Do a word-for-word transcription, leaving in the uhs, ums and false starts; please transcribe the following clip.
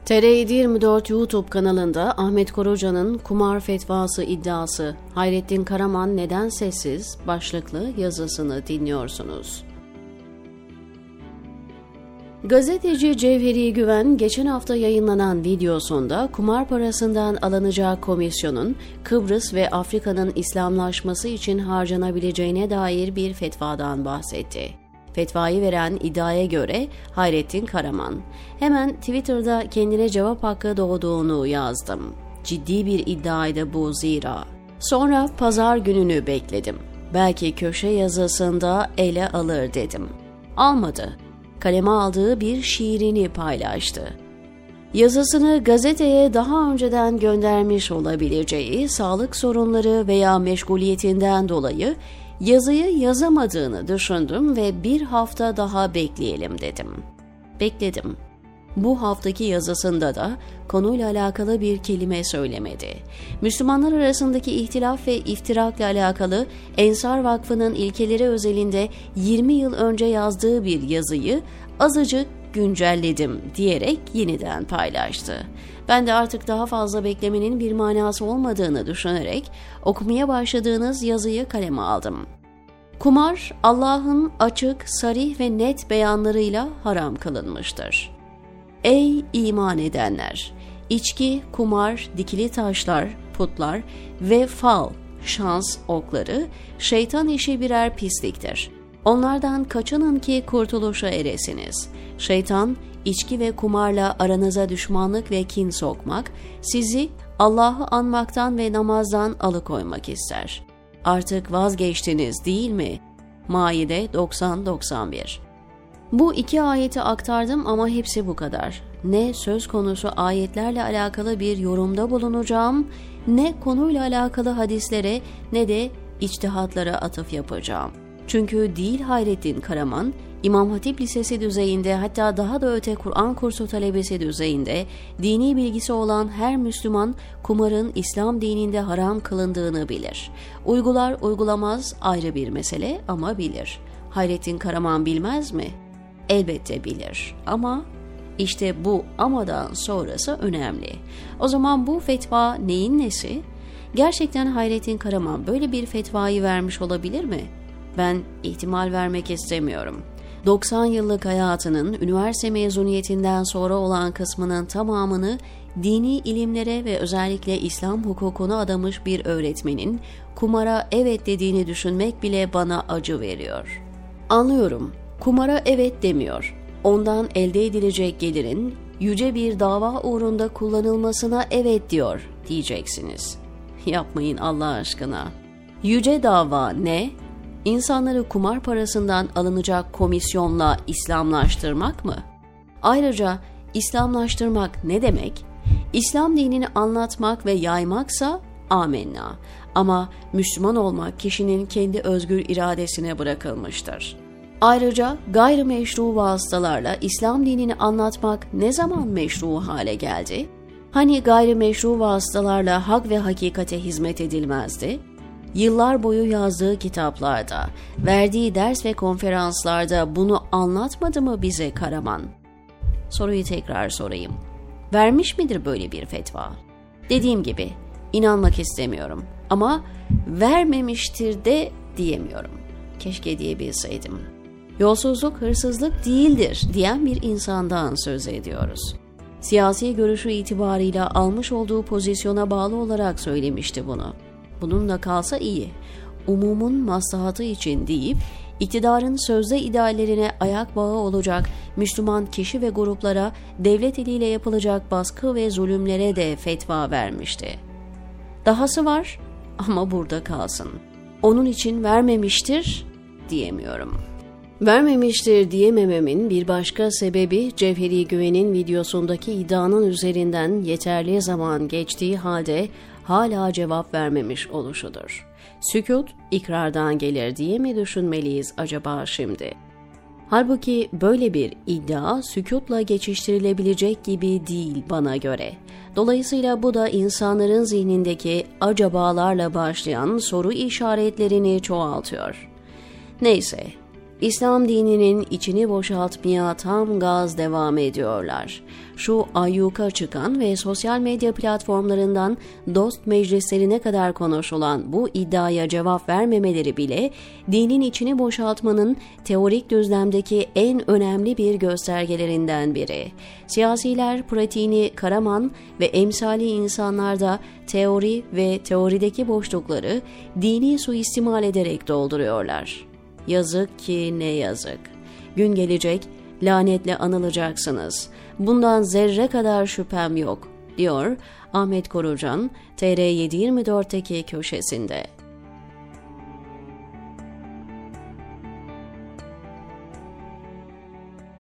T R yedi yirmi dört YouTube kanalında Ahmet Korucan'ın kumar fetvası iddiası, Hayrettin Karaman neden sessiz başlıklı yazısını dinliyorsunuz. Gazeteci Cevheri Güven geçen hafta yayınlanan videosunda kumar parasından alınacağı komisyonun Kıbrıs ve Afrika'nın İslamlaşması için harcanabileceğine dair bir fetvadan bahsetti. Fetvayı veren iddiaya göre Hayrettin Karaman. Hemen Twitter'da kendine cevap hakkı doğduğunu yazdım. Ciddi bir iddiaydı bu zira. Sonra pazar gününü bekledim. Belki köşe yazısında ele alır dedim. Almadı. Kaleme aldığı bir şiirini paylaştı. Yazısını gazeteye daha önceden göndermiş olabileceği sağlık sorunları veya meşguliyetinden dolayı yazıyı yazamadığını düşündüm ve bir hafta daha bekleyelim dedim. Bekledim. Bu haftaki yazısında da konuyla alakalı bir kelime söylemedi. Müslümanlar arasındaki ihtilaf ve iftirakla alakalı Ensar Vakfı'nın ilkeleri özelinde yirmi yıl önce yazdığı bir yazıyı azıcık güncelledim diyerek yeniden paylaştı. Ben de artık daha fazla beklemenin bir manası olmadığını düşünerek okumaya başladığınız yazıyı kaleme aldım. Kumar, Allah'ın açık, sarih ve net beyanlarıyla haram kılınmıştır. Ey iman edenler! İçki, kumar, dikili taşlar, putlar ve fal, şans okları, şeytan işi birer pisliktir. Onlardan kaçının ki kurtuluşa eresiniz. Şeytan, içki ve kumarla aranıza düşmanlık ve kin sokmak, sizi Allah'ı anmaktan ve namazdan alıkoymak ister. Artık vazgeçtiniz değil mi? Maide doksan doksan bir. Bu iki ayeti aktardım ama hepsi bu kadar. Ne söz konusu ayetlerle alakalı bir yorumda bulunacağım, ne konuyla alakalı hadislere ne de içtihatlara atıf yapacağım. Çünkü değil Hayrettin Karaman, İmam Hatip Lisesi düzeyinde hatta daha da öte Kur'an kursu talebesi düzeyinde dini bilgisi olan her Müslüman kumarın İslam dininde haram kılındığını bilir. Uygular uygulamaz ayrı bir mesele ama bilir. Hayrettin Karaman bilmez mi? Elbette bilir ama işte bu amadan sonrası önemli. O zaman bu fetva neyin nesi? Gerçekten Hayrettin Karaman böyle bir fetvayı vermiş olabilir mi? Ben ihtimal vermek istemiyorum. doksan yıllık hayatının üniversite mezuniyetinden sonra olan kısmının tamamını dini ilimlere ve özellikle İslam hukukuna adamış bir öğretmenin kumara evet dediğini düşünmek bile bana acı veriyor. Anlıyorum, kumara evet demiyor. Ondan elde edilecek gelirin yüce bir dava uğrunda kullanılmasına evet diyor diyeceksiniz. Yapmayın Allah aşkına. Yüce dava ne? İnsanları kumar parasından alınacak komisyonla İslamlaştırmak mı? Ayrıca İslamlaştırmak ne demek? İslam dinini anlatmak ve yaymaksa amenna. Ama Müslüman olmak kişinin kendi özgür iradesine bırakılmıştır. Ayrıca gayrimeşru vasıtalarla İslam dinini anlatmak ne zaman meşru hale geldi? Hani gayrimeşru vasıtalarla hak ve hakikate hizmet edilmezdi? Yıllar boyu yazdığı kitaplarda, verdiği ders ve konferanslarda bunu anlatmadı mı bize Karaman? Soruyu tekrar sorayım. Vermiş midir böyle bir fetva? Dediğim gibi, inanmak istemiyorum ama vermemiştir de diyemiyorum. Keşke diyebilseydim. Yolsuzluk hırsızlık değildir diyen bir insandan söz ediyoruz. Siyasi görüşü itibarıyla almış olduğu pozisyona bağlı olarak söylemişti bunu. Bununla kalsa iyi, umumun maslahatı için deyip, iktidarın sözde ideallerine ayak bağı olacak Müslüman kişi ve gruplara devlet eliyle yapılacak baskı ve zulümlere de fetva vermişti. Dahası var ama burada kalsın. Onun için vermemiştir diyemiyorum. Vermemiştir diyemememin bir başka sebebi Cevheri Güven'in videosundaki iddianın üzerinden yeterli zaman geçtiği halde hala cevap vermemiş oluşudur. Sükût ikrardan gelir diye mi düşünmeliyiz acaba şimdi? Halbuki böyle bir iddia sükûtla geçiştirilebilecek gibi değil bana göre. Dolayısıyla bu da insanların zihnindeki acabalarla başlayan soru işaretlerini çoğaltıyor. Neyse, İslam dininin içini boşaltmaya tam gaz devam ediyorlar. Şu ayyuka çıkan ve sosyal medya platformlarından dost meclislerine kadar konuşulan bu iddiaya cevap vermemeleri bile dinin içini boşaltmanın teorik düzlemdeki en önemli bir göstergelerinden biri. Siyasiler pratiğini Karaman ve emsali insanlar da teori ve teorideki boşlukları dini suistimal ederek dolduruyorlar. Yazık ki ne yazık. Gün gelecek, lanetle anılacaksınız. Bundan zerre kadar şüphem yok, diyor Ahmet Korucan, T R yedi yirmi dörtteki köşesinde.